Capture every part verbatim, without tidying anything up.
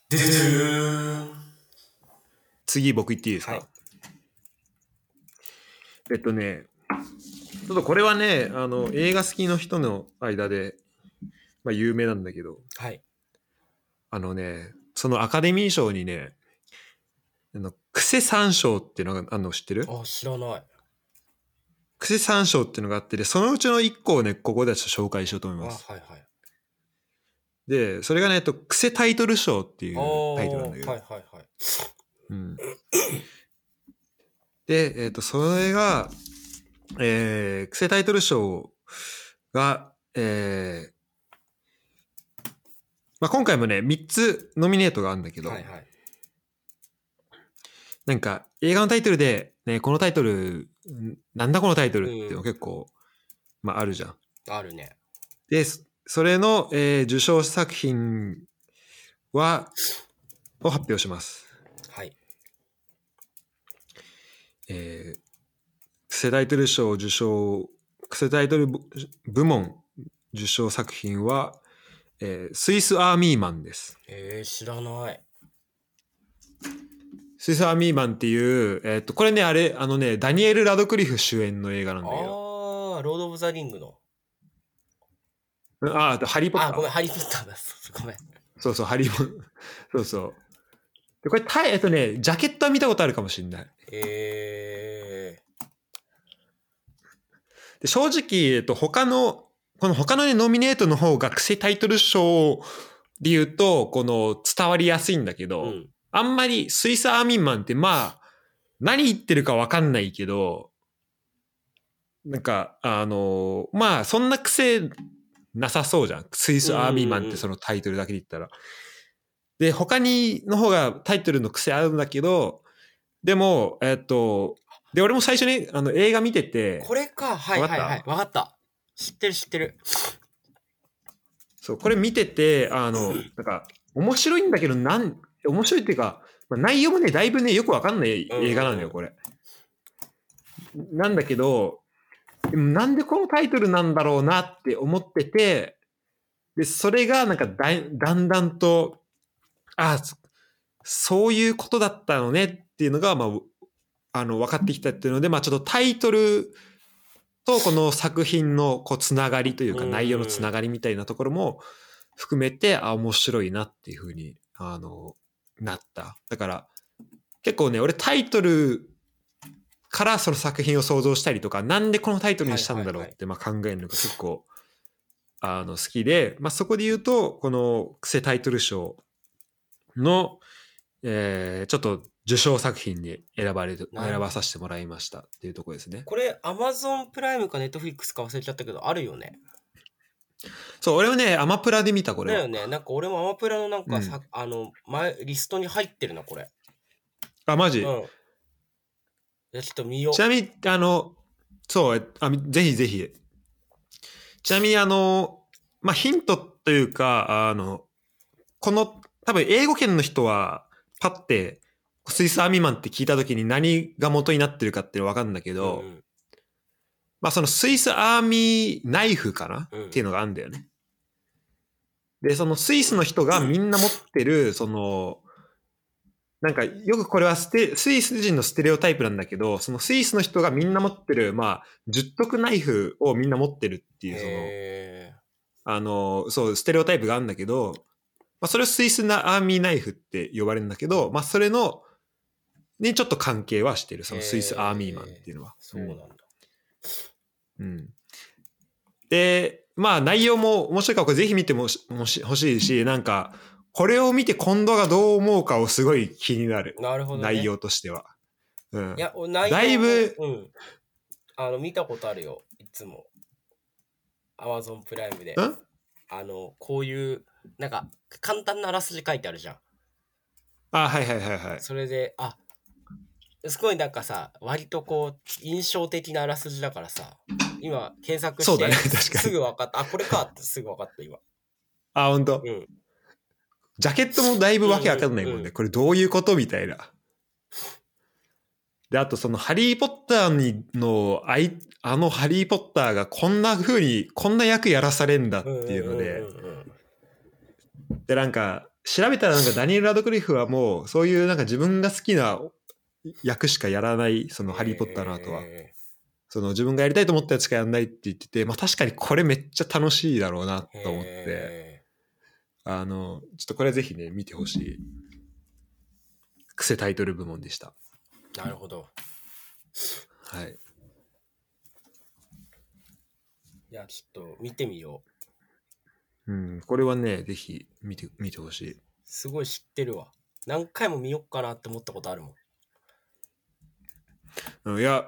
ででーん。 次僕言っていいですか？ はい。 えっとね、ちょっとこれはね、あの映画好きの人の間で、まあ、有名なんだけど、 はい。 あのね、そのアカデミー賞にね、あのクセ三賞っていうのがあるの知ってる？ あ、知らない。 クセ三賞っていうのがあって、でそのうちのいっこをね、ここでちょっと紹介しようと思いあ、 ます。 はいはい。 で、それがね、えっと、クセタイトル賞ってあいうタイトルなんだけー、はど、 いはいはい。 うん、で、えっと、それが、えー、クセタイトル賞が、えーまあ、今回もね、みっつノミネートがあるんだけど、 はいはい。 なんか映画のタイトルで、ね、このタイトル、んなんだこのタイトルっていうのうん。 結構、まあ、あるじゃん。 あるね。 で、そそれの、えー受賞作品は、を発表します。 はい。 えー、クセタイトル賞受賞、クセタイトル部部門受賞作品は、えースイスアーミーマンです。 えー、知らない。 スイスアーミーマンっていう、えっと、これね、あれ、あのね、ダニエル・ラドクリフ主演の映画なあんだけど、 ー、ロード・オブ・ザ・リングの。 あ、あとハリー・ポッあ、 ター。 ごめん、ハリー・ポッターだ。ごめん。 そうそう、ハリー・ポッそうそう。で、これ、タイ、えっとね、ジャケットは見たことあるかもしれない。 えで、正直、えっと、他の、この他のね、ノミネートの方が、クセタイトル賞で言うと、この、伝わりやすいんだけー、うど、 ん。 あんまり、スイスアーミンマンって、まあ、何言ってるかわかんないけど、なんか、あの、まあ、そんな癖なさそうじゃん。スイスアーミーマンってそのタイトルだけで言ったら。で、他にの方がタイトルの癖あるんだけど、でも、えっと、で、俺も最初にあの映画見てて、 これか。はいわかったはいはい。わかった。知ってる知ってる。 そう、これ見てて、あの、なんか、面白いんだけど、なん、面白いっていうか、まあ、内容もね、だいぶね、よくわかんないうんうんうん映画なのよ、これ。なんだけど、でもなんでこのタイトルなんだろうなって思ってて、で、それがなんかだいだんだんと、あ、そそういうことだったのねっていうのが、まあ、あの、分かってきたっていうので、まあ、ちょっとタイトルとこの作品のこうつながりというか内容のつながりみたいなところも含めて、あ、面白いなっていうふうに、あの、なった。だから、結構ね、俺タイトルからその作品を想像したりとか、なんでこのタイトルにしたんだろうってまあ考えるのが結構、あの、好きで、まあそこで言うと、このクセタイトル賞の、えー、ちょっと受賞作品に選ばれる、選ばさせてもらいましたっていうところですね。 これ、アマゾンプライムかネットフリックスか忘れちゃったけど、あるよね。 そう、俺はね、アマプラで見た、これは。 だよね。なんか俺もアマプラのなんうん。 かさ、あの、前、リストに入ってるな、これ。 あ、マジ？ うん。じゃあちょっと見よちなみに、あの、そう、あぜひぜひ。ちなみに、あの、まあ、ヒントというか、あの、この、多分英語圏の人は、パッて、スイスアーミーマンって聞いた時に何が元になってるかっていうの分かるんだけう。 ど、 うんまあそのスイスアーミーナイフかな、 うん。 っていうのがあるんだよね。で、そのスイスの人がみんな持ってる、その、なんかよくこれはステスイス人のステレオタイプなんだけど、そのスイスの人がみんな持ってる、まあ、十徳ナイフをみんな持ってるっていう、その、 へあの、そう、ステレオタイプがあるんだけど、まあ、それをスイスなアーミーナイフって呼ばれるんだけど、まあ、それの、にちょっと関係はしてる、そのスイスアーミーマンっていうのは。 そうなんだ。 うん。うん。で、まあ、内容も面白いから、これぜひ見てもしもし欲しいし、なんか、これを見て今度がどう思うかをすごい気になる。 なるほどね。 内容としては。うん。 いや、お内容もだいぶ、 うん。あの、見たことあるよ。いつも。アマゾンプライムで。 んあの、こういう、なんか、簡単なあらすじ書いてあるじゃん。 あ、はいはいはいはい。 それで、あ、すごいなんかさ、割とこう、印象的なあらすじだからさ、今、検索して、 そうだね、確かに。 すぐ分かった。あ、これかってすぐ分かった、今。 あ、ほんと。 うん。 ジャケットもだいぶわけわかんないもんね。 うんうんうんこれどういうことみたいな。で、あとそのハリーポッターにの、あい、あのハリーポッターがこんな風に、こんな役やらされんだっていうので、 うんうんうんうんで、なんか、 調べたらなんかダニエル・ラドクリフはもうそういうなんか自分が好きな役しかやらない、そのハリー・ポッターの後は。 えその自分がやりたいと思ったやつしかやらないって言ってて、まあ確かにこれめっちゃ楽しいだろうなー、 と思って、 えあの、ちょっとこれぜひね、見てほしい。癖タイトル部門でした。 ー、なるほど。 はい。 いや、ちょっと見てみようん、これはね、ぜひ見て、見てほしい。 う。すごい知ってるわ。何回も見よっかなって思ったことあるもん。 うん、いや、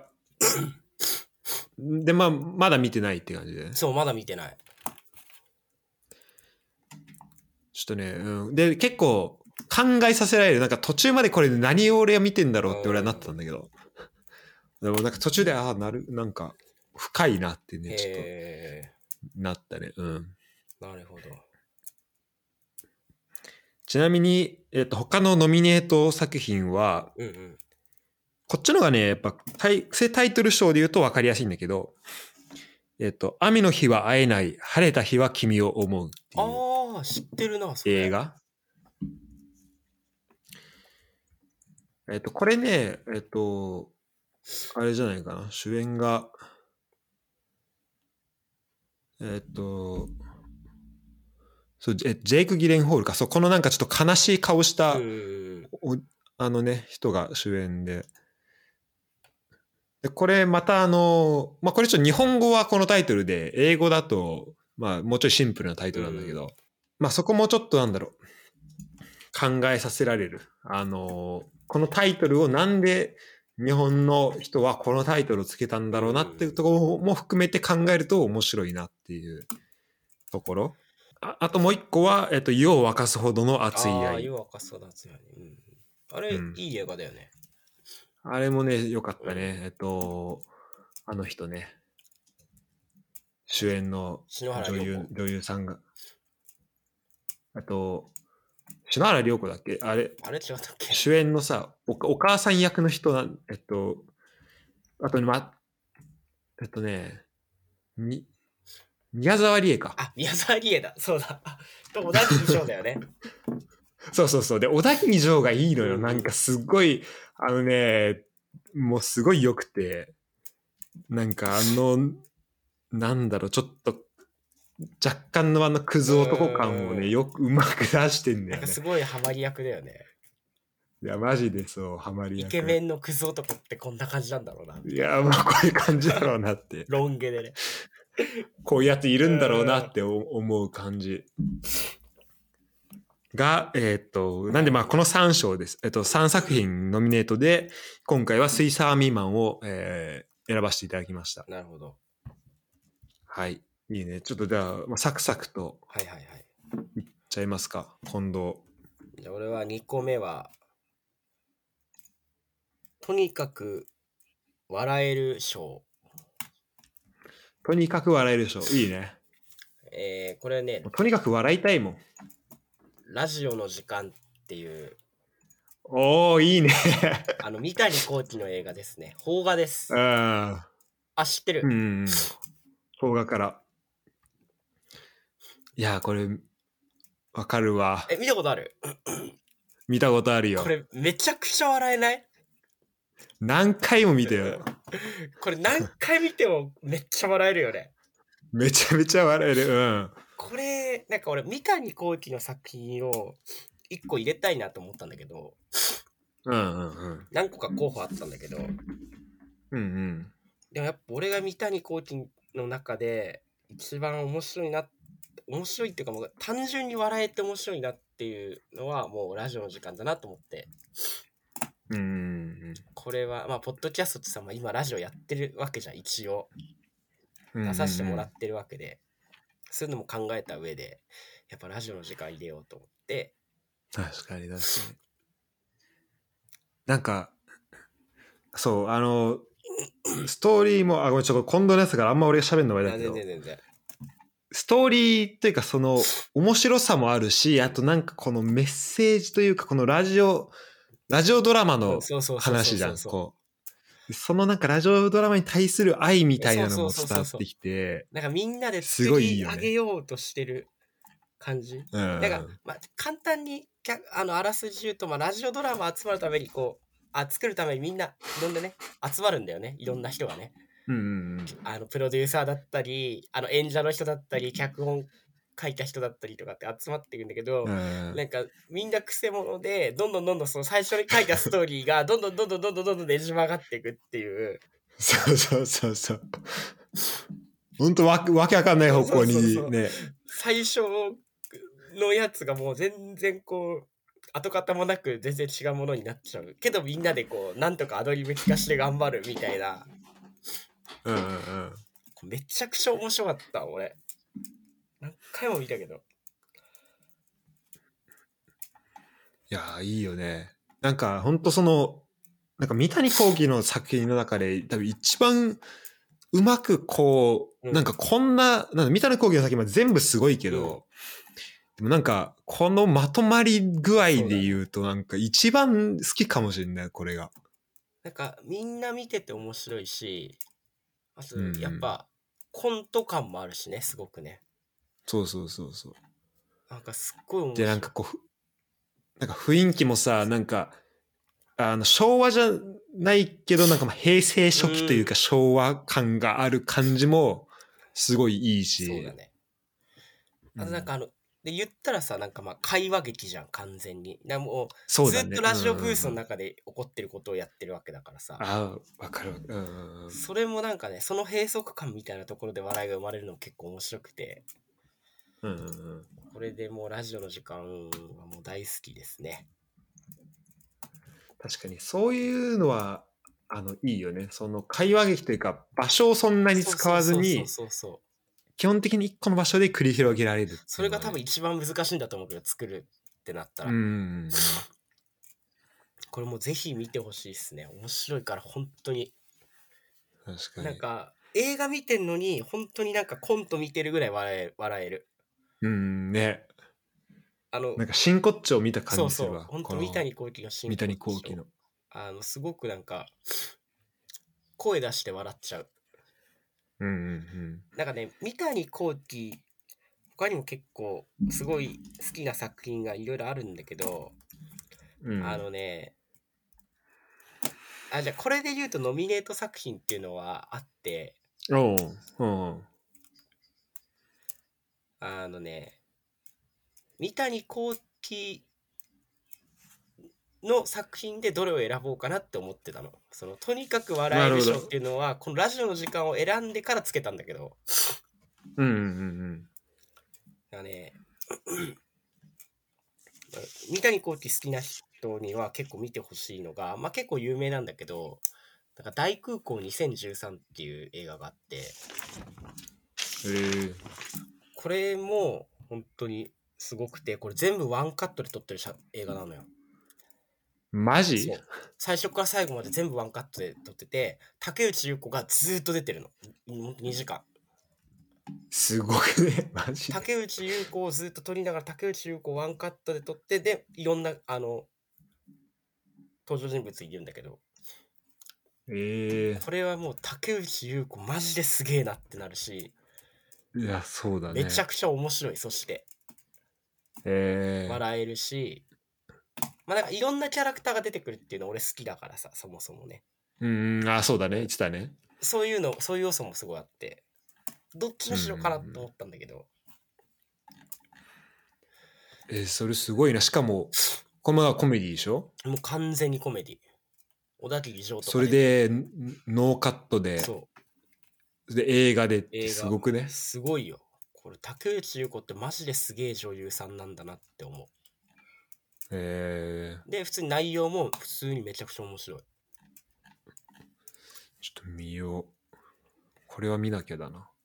で、まあ、まだ見てないって感じで。 そう、まだ見てない。 ちょっとね、うん。で、結構考えさせられる。なんか途中までこれ何を俺は見てんだろうって俺はなってたんだけど。でもなんか途中で、ああ、なる、なんか深いなってね、ちょっへとなったね。うん。 ー、なるほど。 ちなみに、えっと、他のノミネート作品は、 うんうん。 こっちのがね、やっぱタイ、癖タイトル賞で言うと分かりやすいんだけど、えっと、雨の日は会えない、晴れた日は君を思うっていうああ、知ってるな、それ。 映画。えっと、これね、えっと、あれじゃないかな、主演が、えっと、そうジェジェイク・ギレンホールか、そう、このなんかちょっと悲しい顔しうた、 ん。 おあのね、人が主演で。で、これまたあの、まあ、これちょっと日本語はこのタイトルで、英語だと、まあ、もうちょいシンプルなタイトルなんだけど、 うんまあ、そこもちょっとなんだろう、考えさせられる。あの、このタイトルをなんで日本の人はこのタイトルをつけたんだろうなっていうところも含めて考えると面白いなっていうところ。あ, あともう一個は、えっと、湯を沸かすほどの熱いああ、 愛。 湯沸かすそうだつやね。うん。あれ、 うん、 いい映画だよね。 あれもね、よかったね。 うんえっと、あの人ね、主演の篠原涼子。 女優、女優さんが。あと、篠原涼子だっけあれ、 あれ違ったっけ？ 主演のさお、お母さん役の人なん、えっと、あとね、ま、えっとね、に、宮沢りえか。 あ、宮沢りえだ。そうだ。と同じ衣装だよね。 そうそうそう。で、小田切城がいいのよ。 うんなんかすっごい、あのね、もうすごい良くて、なんかあの、なんだろう、ちょっと、若干のあのクズ男感をね、よくうまく出してんだよね。 なんかすごいハマり役だよね。 いや、マジでそう、ハマり役。 イケメンのクズ男ってこんな感じなんだろうな。 いや、まあこういう感じだろうなって。 ロン毛でね。 こういうやついるんだろうなって思う感じ。が、えーっと、なんでまあこのさん賞です。えっと、さんさく品ノミネートで、今回はスイサーミーマンを、えー選ばせていただきました。 なるほど。 はい。いいね。ちょっとじゃあ、まあ、サクサクとはいはいはい。 いっちゃいますか。近藤。 じゃあ俺はにこめは、とにかく笑える賞。 とにかく笑えるでしょ。いいね。 えー、これね、 とにかく笑いたいもん。 ラジオの時間っていう、 おー、いいね。 あの、三谷幸喜の映画ですね。邦画です。 ああ、知ってる。 うん。邦画から。いや、これ、わかるわ。 え、見たことある？ 見たことあるよ。 これめちゃくちゃ笑えない？ 何回も見てよ。 これ何回見てもめっちゃ笑えるよね。 めちゃめちゃ笑える。うん。 これ、なんか俺、三谷幸喜の作品を一個入れたいなと思ったんだけど、 うんうんうん。 何個か候補あったんだけど、 うんうん。 でもやっぱ俺が三谷幸喜の中で一番面白いな、面白いっていうかもう単純に笑えて面白いなっていうのはもうラジオの時間だなと思って、 うんうんうん。 これはまあポッドキャストってさ、まあ、今ラジオやってるわけじゃん、一応出させてもらってるわけで、そういうのも考えた上でやっぱラジオの時間入れようと思って。 確かに確かに。なんか、そう、あの、ストーリーも、あ、ごめん、ちょっと今度のやつからあんま俺が喋るのはあれだけど、 全然全然。 ストーリーっていうかその面白さもあるし、あとなんかこのメッセージというかこのラジオ、ラジオドラマの話じゃん。こう。そのなんかラジオドラマに対する愛みたいなのも伝わってきて、 なんかみんなで作り上げようとしてる感じ。 うん。 だから、まあ、簡単にあのあらすじ言うと、まあ、ラジオドラマ集まるためにこうあ作るためにみんないろんなね集まるんだよね、いろんな人がね、 うんうんうん、 あのプロデューサーだったりあの演者の人だったり脚本書いた人だったりとかって集まっていくんだけど、 うん、 なんかみんなくせ者でどんどんどんどんその最初に書いたストーリーがどんどんどんどんどんどんどんどんねじ曲がっていくっていう。 そうそうそうそうほんとわわけわかんない方向にね。そうそうそう、 最初のやつがもう全然こう跡形もなく全然違うものになっちゃうけど、みんなでこうなんとかアドリブ聞かして頑張るみたいな。 うんうんうん、 めちゃくちゃ面白かった。俺何回も見たけど。 いやいいよね。なんかほんとそのなんか三谷幸喜の作品の中で多分一番うまくこう、うん、なんかこんな、なんか三谷幸喜の作品は全部すごいけど、うん、でもなんかこのまとまり具合で言うとなんか一番好きかもしれない、これが。 なんかみんな見てて面白いし、あとやっぱコント感もあるしね、すごくね。 そうそうそうそう。 なんかすっごい面白い。 でなんかこうなんか雰囲気もさ、なんかあの昭和じゃないけどなんかまあ平成初期というか昭和感がある感じもすごいいいし。 そうだね。あとなんかあの、うん、で言ったらさ、なんかまあ会話劇じゃん完全に。だもうそうだね、ずっとラジオブースの中で起こってることをやってるわけだからさ。 ああわかる。うんうん、 それもなんかね、その閉塞感みたいなところで笑いが生まれるのも結構面白くて。 うんうんうん、 これでもうラジオの時間はもう大好きですね。 確かにそういうのはあのいいよね。その会話劇というか場所をそんなに使わずに基本的に一個の場所で繰り広げられるっていうのは、ね、 それが多分一番難しいんだと思うけど、作るってなったら。うんうん、これもぜひ見てほしいですね。面白いから本当に。 確かに。 なんか映画見てんのに本当になんかコント見てるぐらい笑え笑える。 うんね。あのなんか真骨頂見た感じするわ。 そうそう、本当三谷幸喜が真骨頂。三谷幸喜のあのすごくなんか声出して笑っちゃう。 うんうんうん。 なんかね、三谷幸喜他にも結構すごい好きな作品がいろいろあるんだけど、うん、あのね、あじゃあこれで言うとノミネート作品っていうのはあって、 おうおう、 あのね、三谷幸喜の作品でどれを選ぼうかなって思ってたの。そのとにかく笑える賞っていうのはこのラジオの時間を選んでからつけたんだけど、 うんうんうんだね三谷幸喜好きな人には結構見てほしいのが、まあ結構有名なんだけど、なんか大空港にせんじゅうさんっていう映画があって、へー、 これも本当にすごくて、これ全部ワンカットで撮ってる映画なのよ。 マジ？ そう最初から最後まで全部ワンカットで撮ってて、竹内結子がずっと出てるのにじかん。 すごくね、マジで。 竹内結子をずっと撮りながら竹内結子をワンカットで撮って、でいろんなあの登場人物いるんだけど、 えー、 これはもう竹内結子マジですげえなってなるし、 いやそうだね、 めちゃくちゃ面白い。そして、 えー、 笑えるし、まあなんかいろんなキャラクターが出てくるっていうの俺好きだからさ、そもそもね。 うん、あそうだね、言ってたね。 そういうのそういう要素もすごいあって、どっちにしようかなと思ったんだけど、 えー、それすごいな。しかもこのコメディでしょ？ もう完全にコメディ。小田切城とかそれでノーカットで、 そうで映画でってすごくね。 すごいよ。これ竹内結子ってマジですげえ女優さんなんだなって思う。 へえー、 で普通に内容も普通にめちゃくちゃ面白い。 ちょっと見よう。これは見なきゃだな。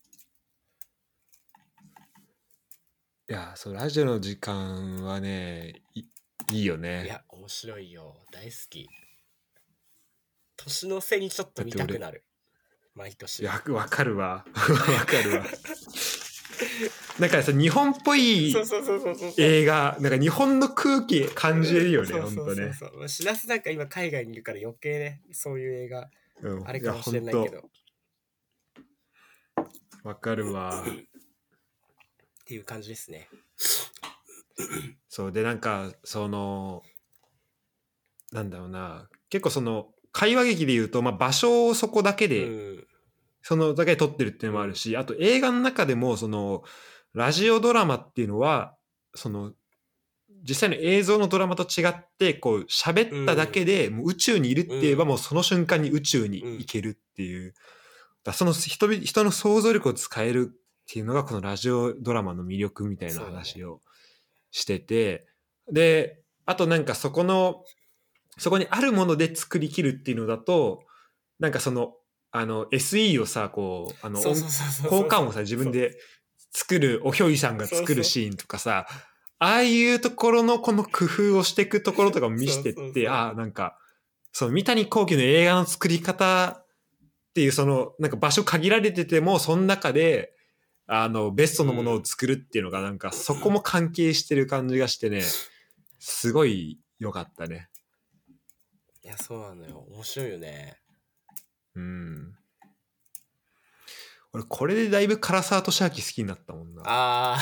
いやそうラジオの時間はね い, いいよね。 いや面白いよ、大好き。年の瀬にちょっと見たくなる毎年。 いやわかるわわかるわなんかさ日本っぽい映画、なんか日本の空気感じれるよね、本当ね。 しらすなんか今海外にいるから余計ね、そういう映画、うん、あれかもしれないけど。 わかるわ。 っていう感じですね。 そうでなんかそのなんだろうな結構その会話劇で言うと、まあ、場所をそこだけで、 うん、 そのだけで撮ってるっていうのもあるし、あと映画の中でもそのラジオドラマっていうのはその実際の映像のドラマと違ってこう喋っただけでもう宇宙にいるって言えばもうその瞬間に宇宙に行けるっていう、だその人々人の想像力を使えるっていうのがこのラジオドラマの魅力みたいな話をしてて、であとなんかそこのそこにあるもので作り切るっていうのだとなんかそのあの エスイー をさこうあのそうそうそうそう効果音をさ自分で作るおひょいさんが作るシーンとかさ、ああいうところのこの工夫をしていくところとかを見せてってそうそうそうああなんかその三谷幸喜の映画の作り方っていうそのなんか場所限られててもその中であのベストのものを作るっていうのがなんかそこも関係してる感じがしてねすごい良かったね。 いやそうなのよ、面白いよね。 うん俺これでだいぶ唐沢寿明好きになったもんな。 あ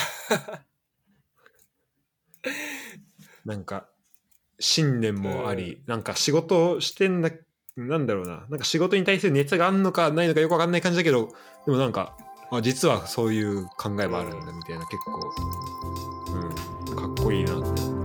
なんか信念もあり、うん、なんか仕事をしてんだなんだろうななんか仕事に対する熱があんのかないのかよくわかんない感じだけどでもなんかあ実はそういう考えもあるんだみたいな、うん、結構、うん、かっこいいなって。